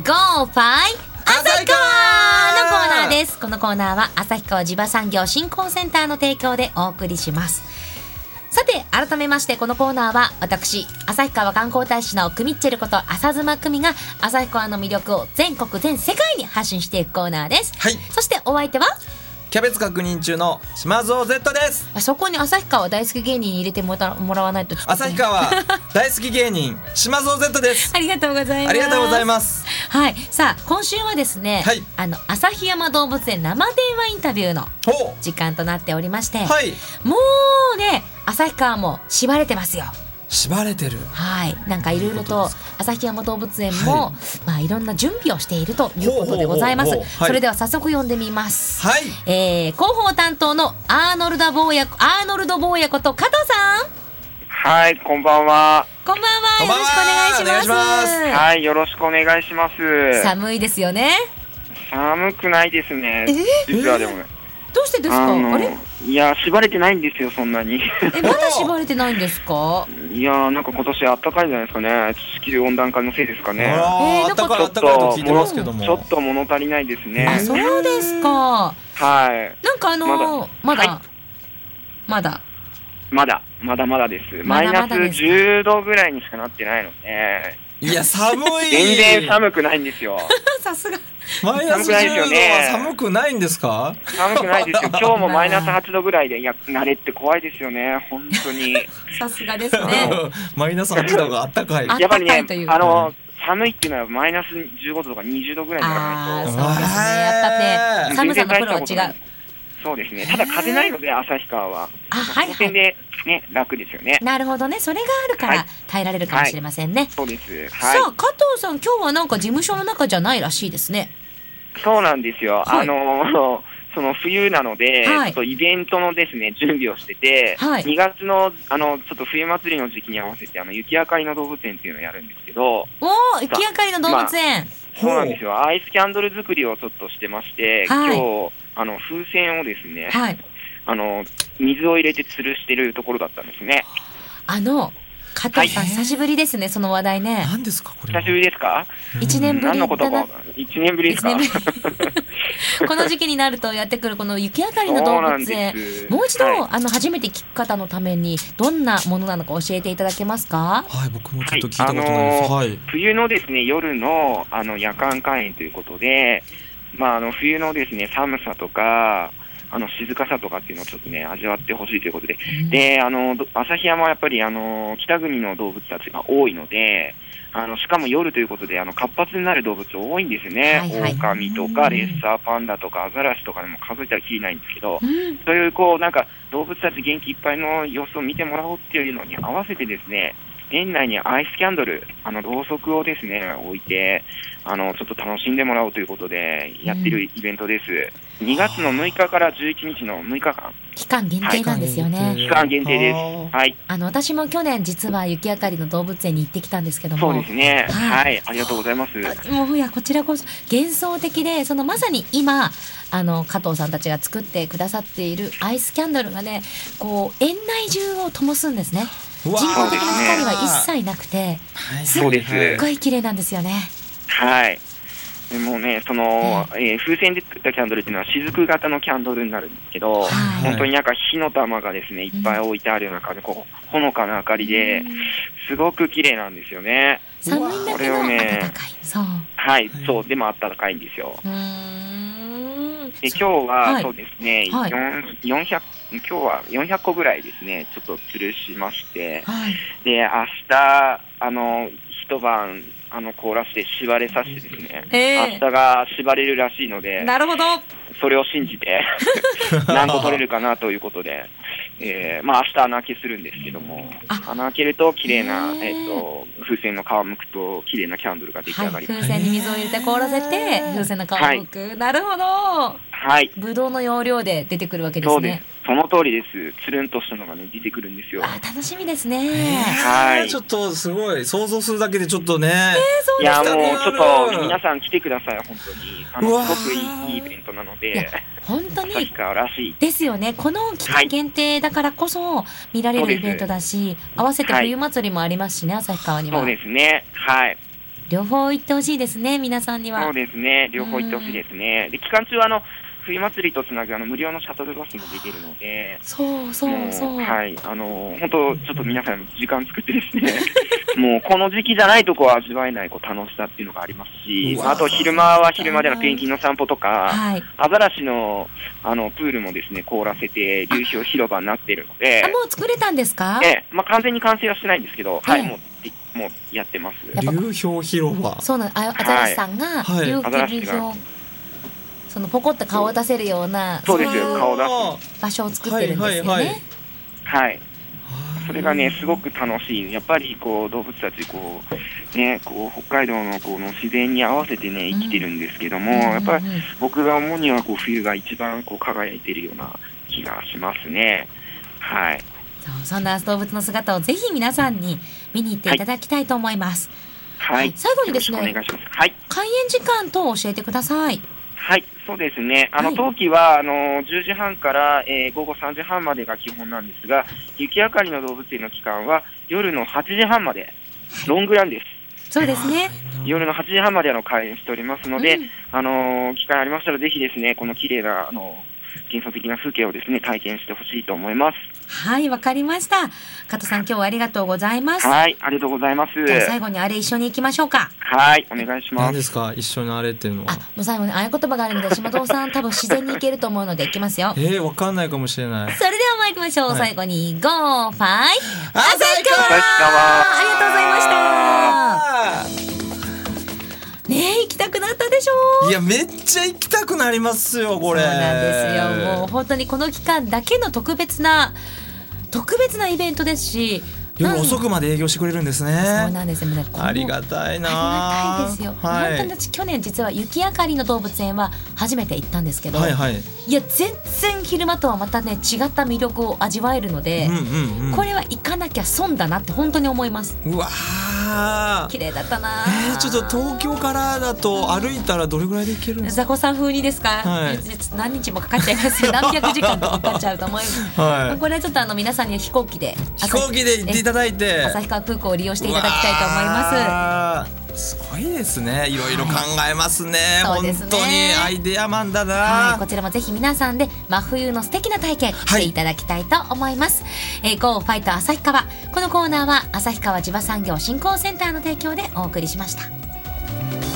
Go Fly 旭川のコーナーです。このコーナーは旭川地場産業振興センターの提供でお送りします。さて改めましてこのコーナーは私旭川観光大使のクミッチェルこと浅妻久美が旭川の魅力を全国全世界に発信していくコーナーです、 はい、 そしてお相手はキャベツ確認中の島蔵 Z です。 そこに旭川大好き芸人に入れてもらわないと。 旭川大好き芸人島蔵 Z です。 ありがとうございます。 ありがとうございます。 はい、さあ今週はですね、はい、旭山動物園生電話インタビューの時間となっておりまして、はい、もうね旭川も縛れてますよ。 縛れてる。 はい、なんかいろいろと旭山動物園も、いろんな準備をしているということでございます。それでは早速読んでみます。はい、広報担当のアーノルド坊やこと加藤さん。 はい、こんばんは。 こんばんは。よろしくお願いします。 はい、よろしくお願いします。 寒いですよね。 寒くないですね。実はでもね。 どうしてですか。あれ？ いや縛れてないんですよそんなに。 まだ縛れてないんですか。 いやなんか今年暖かいじゃないですかね。地球温暖化のせいですかね。 暖かいと聞いてますけども。 ちょっと物足りないですね。 あ、そうですか。 はい。 なんかまだです。マイナス10度ぐらいにしかなってないので。 いや寒い。 全然寒くないんですよ。 さすが。 マイナス10度は寒くないんですか。 寒くないですよ。今日もマイナス8度ぐらいで慣れって怖いですよね本当に。 さすがですね。 マイナス8度があったかい。 やっぱりね寒いっていうのはマイナス15度とか20度ぐらいにならないと。 そうですね。やっぱね寒さのプロは違う。 そうですね。ただ風ないので旭川は当然でね楽ですよね。 なるほどね。それがあるから耐えられるかもしれませんね。 そうです。 さあ加藤さん今日はなんか事務所の中じゃないらしいですね。 そうなんですよ。その冬なので、ちょっとイベントのですね準備をしてて、2月のちょっと冬祭りの時期に合わせて雪明かりの動物園っていうのをやるんですけど。 雪明かりの動物園。 そうなんですよ。アイスキャンドル作りをちょっとしてまして、今日風船をですね、水を入れて吊るしてるところだったんですね。 加藤さん、久しぶりですね、その話題ね。 何ですかこれ。 久しぶりですか。 1年ぶり。 何のことか。1年ぶりですか。 この時期になるとやってくるこの雪明かりの動物園、もう一度初めて聞く方のためにどんなものなのか教えていただけますか。 はい、僕もちょっと聞いたことないです。はい。 冬のですね夜の夜間開園ということで、冬のですね寒さとか静かさとかっていうのをちょっとね味わってほしいということで、で旭山はやっぱり北国の動物たちが多いので、しかも夜ということで活発になる動物多いんですよね。狼とかレッサーパンダとかアザラシとかでも数えたらきりないんですけど、そういうなんか動物たち元気いっぱいの様子を見てもらおうっていうのに合わせてですね、園内にアイスキャンドルろうそくをですね置いてちょっと楽しんでもらおうということでやってるイベントです。2月の6日から11日の6日間期間限定なんですよね。 期間限定です。はい。 私も去年実は雪明かりの動物園に行ってきたんですけども。 そうですね。はい、ありがとうございます。 もうこちらこそ幻想的で、まさに今加藤さんたちが作ってくださっているアイスキャンドルがね、園内中を灯すんですね。人工的な光は一切なくて、すっごい綺麗なんですよね。 はい。でもね、風船で作ったキャンドルっていうのは雫型のキャンドルになるんですけど、本当になんか火の玉がですねいっぱい置いてあるような感じでほのかな明かりですごく綺麗なんですよね。 寒いんだけど暖かい。そう。 はい、そうでも暖かいんですよ。で今日はそうですね、今日は400個ぐらいですねちょっと吊るしまして、で明日一晩凍らして縛れさせてですね、明日が縛れるらしいので、 なるほど、 それを信じて何個取れるかなということで、明日穴開けするんですけども、穴開けると綺麗な風船の皮むくと綺麗なキャンドルが出来上がります。 風船に水を入れて凍らせて風船の皮をむく、なるほど。 はい。 ブドウの容量で出てくるわけですね。 そうです。その通りです。つるんとしたのがね出てくるんですよ。 楽しみですね。 はい。ちょっとすごい想像するだけでちょっとね。 いやもうちょっと皆さん来てください本当に。すごくいいイベントなので。 本当に旭川らしいですよね。この期間限定だからこそ見られるイベントだし、合わせて冬祭りもありますしね、旭川には。 そうですね。はい。 両方行ってほしいですね、皆さんには。 そうですね、両方行ってほしいですね。で、期間中は冬祭りとつなぐ無料のシャトルバスも出てるので、 そうそうそう。 はい、本当ちょっと皆さん時間作ってですね、もうこの時期じゃないとこは味わえない楽しさっていうのがありますし、あと昼間は昼間でのペンギンの散歩とか、 はい、 アザラシのプールもですね凍らせて流氷広場になっているので。 もう作れたんですか？ 完全に完成はしてないんですけど、はい、もうやってます。 流氷広場。 そうなん、アザラシさんが流氷、そのポコッと顔を出せるような、 そうですよ、顔を出す場所を作ってるんですよね。 はい。それがねすごく楽しい。やっぱり動物たち北海道の自然に合わせてね生きてるんですけども、やっぱり僕が思うには冬が一番輝いているような気がしますね。はい。 そんな動物の姿をぜひ皆さんに見に行っていただきたいと思います。 はい。 最後にですね、 お願いします。はい。 開園時間等教えてください。 はい、そうですね。冬季は10時半から午後3時半までが基本なんですが、雪あかりの動物園の期間は夜の8時半まで、ロングランです。 そうですね。 夜の8時半まで開園しておりますので、機会ありましたらぜひですね、この綺麗な幻想的な風景をですね体験してほしいと思います。 はい、わかりました。加藤さん、今日はありがとうございます。 はい、ありがとうございます。 じゃあ最後にあれ一緒に行きましょうか。 はい、お願いします。 何ですか、一緒にあれっていうのは。 もう最後にああいう言葉があるので、島藤さん多分自然に行けると思うので行きますよ。 わかんないかもしれない。 それでは参りましょう。はい、最後にゴーファイ旭川。 ありがとうございました。ねえ、行きたくなったでしょ。 いや、めっちゃ行きたくなりますよ、これ。 そうなんですよ。もう本当にこの期間だけの特別なイベントですし、 夜遅くまで営業してくれるんですね。 そうなんですよね。 ありがたいな。 ありがたいですよ。 はい、 本当に去年実は雪あかりの動物園は初めて行ったんですけど、 はいはい、 いや全然昼間とはまたね違った魅力を味わえるので、これは行かなきゃ損だなって本当に思います。 うわー、 綺麗だったな。 ちょっと東京からだと歩いたらどれぐらいで行けるんですか？ ザコさん風にですか？はい、何日もかかっちゃいますよ。何百時間とかかかっちゃうと思います。はい、これはちょっと皆さんには飛行機で行っていただいて、 旭川空港を利用していただきたいと思います。 すごいですね。いろいろ考えますね。 はい、 本当にアイデアマンだな。 はい、こちらもぜひ皆さんで真冬の素敵な体験していただきたいと思います。Goファイト旭川。このコーナーは旭川地場産業振興センターの提供でお送りしました。